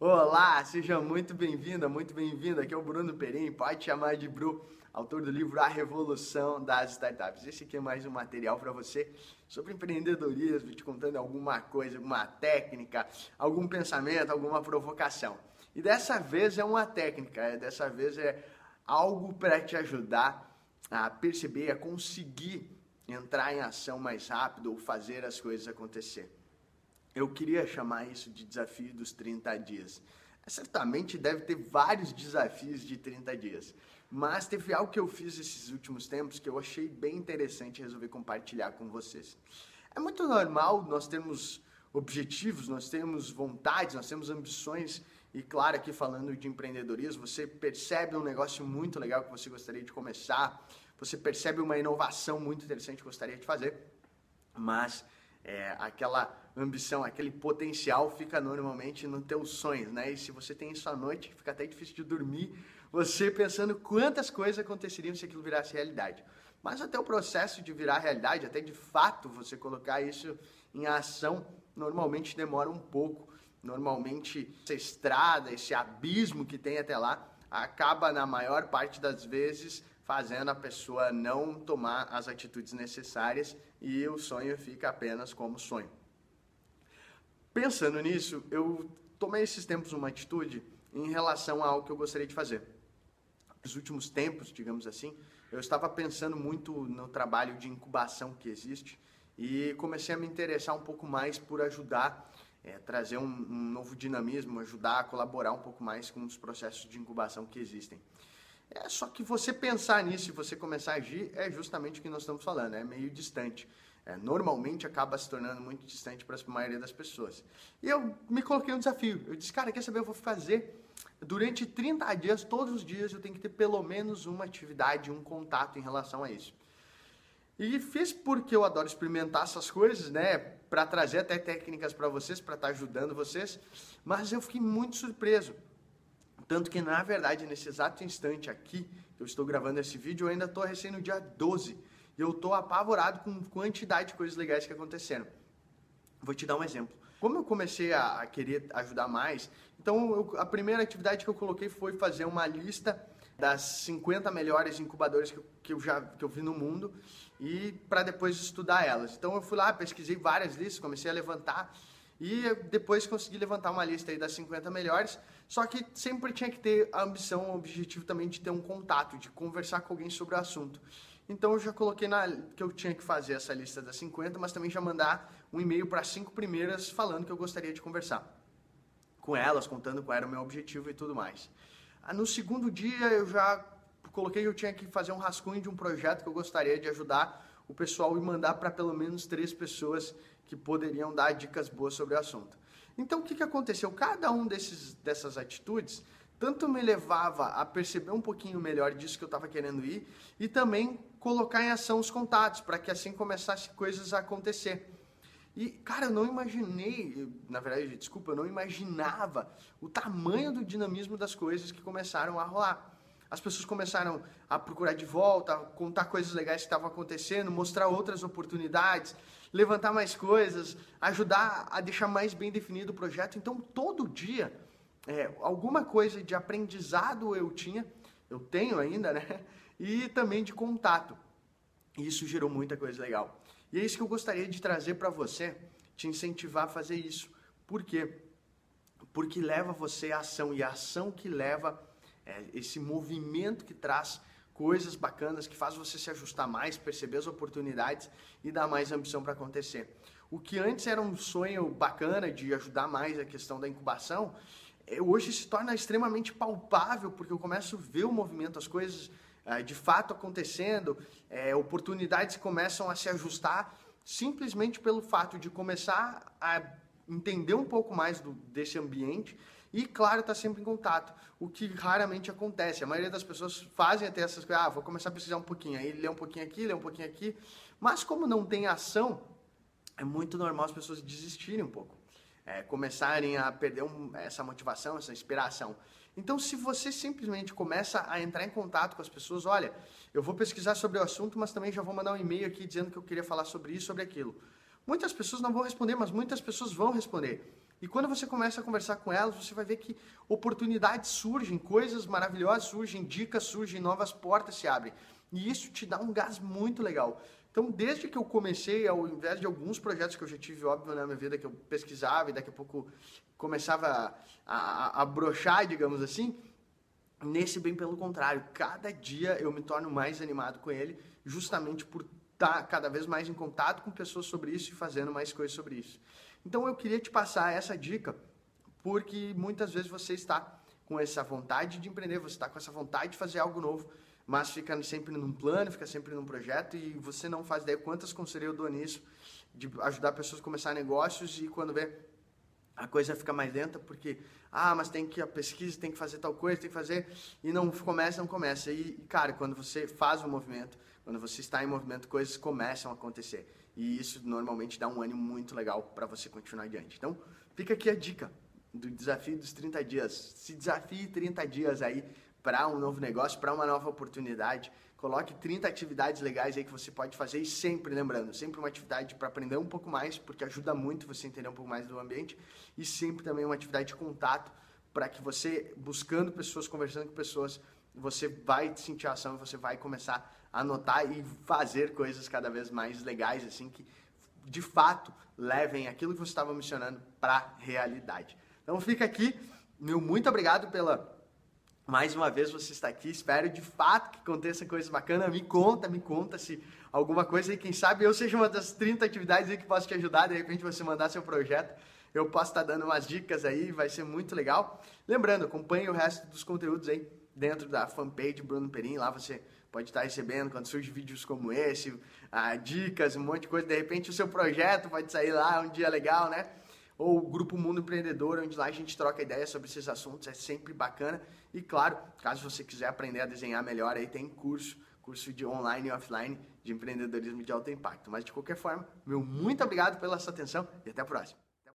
Olá, seja muito bem-vinda, muito bem-vindo. Aqui é o Bruno Perim, pode chamar de Bru, autor do livro A Revolução das Startups. Esse aqui é mais um material para você sobre empreendedorismo, te contando alguma coisa, alguma técnica, algum pensamento, alguma provocação. E dessa vez é uma técnica, dessa vez é algo para te ajudar a perceber, a conseguir entrar em ação mais rápido ou fazer as coisas acontecer. Eu queria chamar isso de desafio dos 30 dias. Certamente deve ter vários desafios de 30 dias, mas teve algo que eu fiz esses últimos tempos que eu achei bem interessante e resolvi compartilhar com vocês. É muito normal nós termos objetivos, nós temos vontades, nós temos ambições e claro, aqui falando de empreendedorismo, você percebe um negócio muito legal que você gostaria de começar, você percebe uma inovação muito interessante que gostaria de fazer, mas aquela ambição, aquele potencial fica normalmente nos teus sonhos, né? E se você tem isso à noite, fica até difícil de dormir, você pensando quantas coisas aconteceriam se aquilo virasse realidade. Mas até o processo de virar realidade, até de fato você colocar isso em ação, normalmente demora um pouco. Normalmente essa estrada, esse abismo que tem até lá, acaba na maior parte das vezes fazendo a pessoa não tomar as atitudes necessárias e o sonho fica apenas como sonho. Pensando nisso, eu tomei esses tempos uma atitude em relação a algo que eu gostaria de fazer. Nos últimos tempos, digamos assim, eu estava pensando muito no trabalho de incubação que existe e comecei a me interessar um pouco mais por ajudar, trazer um novo dinamismo, ajudar a colaborar um pouco mais com os processos de incubação que existem. Só que você pensar nisso e você começar a agir é justamente o que nós estamos falando, é meio distante. Normalmente acaba se tornando muito distante para a maioria das pessoas. E eu me coloquei um desafio. Eu disse, cara, quer saber, eu vou fazer durante 30 dias, todos os dias eu tenho que ter pelo menos uma atividade, um contato em relação a isso. E fiz porque eu adoro experimentar essas coisas, né? Para trazer até técnicas para vocês, para estar ajudando vocês. Mas eu fiquei muito surpreso. Tanto que, na verdade, nesse exato instante aqui, que eu estou gravando esse vídeo, eu ainda estou recém no dia 12. E eu estou apavorado com a quantidade de coisas legais que aconteceram. Vou te dar um exemplo. Como eu comecei a querer ajudar mais, então a primeira atividade que eu coloquei foi fazer uma lista das 50 melhores incubadoras que eu vi no mundo e para depois estudar elas. Então eu fui lá, pesquisei várias listas, comecei a levantar e depois consegui levantar uma lista aí das 50 melhores, só que sempre tinha que ter a ambição, o objetivo também de ter um contato, de conversar com alguém sobre o assunto. Então eu já coloquei que eu tinha que fazer essa lista das 50, mas também já mandar um e-mail para as 5 primeiras falando que eu gostaria de conversar com elas, contando qual era o meu objetivo e tudo mais. No segundo dia eu já coloquei que eu tinha que fazer um rascunho de um projeto que eu gostaria de ajudar o pessoal e mandar para pelo menos 3 pessoas que poderiam dar dicas boas sobre o assunto. Então o que aconteceu? Cada um dessas atitudes tanto me levava a perceber um pouquinho melhor disso que eu estava querendo ir e também colocar em ação os contatos para que assim começassem coisas a acontecer. E, cara, eu não imaginei, na verdade, desculpa, eu não imaginava o tamanho do dinamismo das coisas que começaram a rolar. As pessoas começaram a procurar de volta, a contar coisas legais que estavam acontecendo, mostrar outras oportunidades, levantar mais coisas, ajudar a deixar mais bem definido o projeto. Então, todo dia, alguma coisa de aprendizado eu tenho ainda, né? E também de contato. E isso gerou muita coisa legal. E é isso que eu gostaria de trazer para você, te incentivar a fazer isso. Por quê? Porque leva você à ação, e a ação que leva esse movimento que traz coisas bacanas, que faz você se ajustar mais, perceber as oportunidades e dar mais ambição para acontecer. O que antes era um sonho bacana de ajudar mais a questão da incubação, hoje se torna extremamente palpável, porque eu começo a ver o movimento, as coisas de fato acontecendo, oportunidades começam a se ajustar simplesmente pelo fato de começar a entender um pouco mais desse ambiente e, claro, estar sempre em contato, o que raramente acontece. A maioria das pessoas fazem até essas coisas, vou começar a pesquisar um pouquinho, aí lê um pouquinho aqui, mas como não tem ação, é muito normal as pessoas desistirem um pouco. Começarem a perder essa motivação, essa inspiração. Então, se você simplesmente começa a entrar em contato com as pessoas, olha, eu vou pesquisar sobre o assunto, mas também já vou mandar um e-mail aqui dizendo que eu queria falar sobre isso, sobre aquilo. Muitas pessoas não vão responder, mas muitas pessoas vão responder. E quando você começa a conversar com elas, você vai ver que oportunidades surgem, coisas maravilhosas surgem, dicas surgem, novas portas se abrem. E isso te dá um gás muito legal. Então, desde que eu comecei, ao invés de alguns projetos que eu já tive, óbvio, na minha vida, que eu pesquisava e daqui a pouco começava a brochar, digamos assim, nesse bem pelo contrário, cada dia eu me torno mais animado com ele, justamente por estar cada vez mais em contato com pessoas sobre isso e fazendo mais coisas sobre isso. Então eu queria te passar essa dica, porque muitas vezes você está com essa vontade de empreender, você está com essa vontade de fazer algo novo, mas fica sempre num plano, fica sempre num projeto e você não faz ideia quantas conselhos eu dou nisso, de ajudar pessoas a começar negócios e quando vê a coisa fica mais lenta porque, mas tem que a pesquisa, tem que fazer tal coisa, tem que fazer, e não começa. E, cara, quando você faz um movimento, quando você está em movimento, coisas começam a acontecer. E isso normalmente dá um ânimo muito legal para você continuar adiante. Então, fica aqui a dica do desafio dos 30 dias. Se desafie 30 dias aí para um novo negócio, para uma nova oportunidade. Coloque 30 atividades legais aí que você pode fazer e sempre, lembrando, sempre uma atividade para aprender um pouco mais, porque ajuda muito você entender um pouco mais do ambiente, e sempre também uma atividade de contato para que você, buscando pessoas, conversando com pessoas, você vai sentir a ação e você vai começar a notar e fazer coisas cada vez mais legais, assim, que de fato levem aquilo que você estava mencionando para a realidade. Então fica aqui, meu muito obrigado mais uma vez você está aqui, espero de fato que aconteça coisas bacanas, me conta se alguma coisa aí, quem sabe eu seja uma das 30 atividades aí que posso te ajudar, de repente você mandar seu projeto, eu posso estar dando umas dicas aí, vai ser muito legal. Lembrando, acompanhe o resto dos conteúdos aí dentro da fanpage Bruno Perim, lá você pode estar recebendo quando surgem vídeos como esse, dicas, um monte de coisa, de repente o seu projeto pode sair lá um dia legal, né? Ou o Grupo Mundo Empreendedor, onde lá a gente troca ideias sobre esses assuntos, é sempre bacana. E claro, caso você quiser aprender a desenhar melhor, aí tem curso de online e offline de empreendedorismo de alto impacto. Mas de qualquer forma, meu muito obrigado pela sua atenção e até a próxima.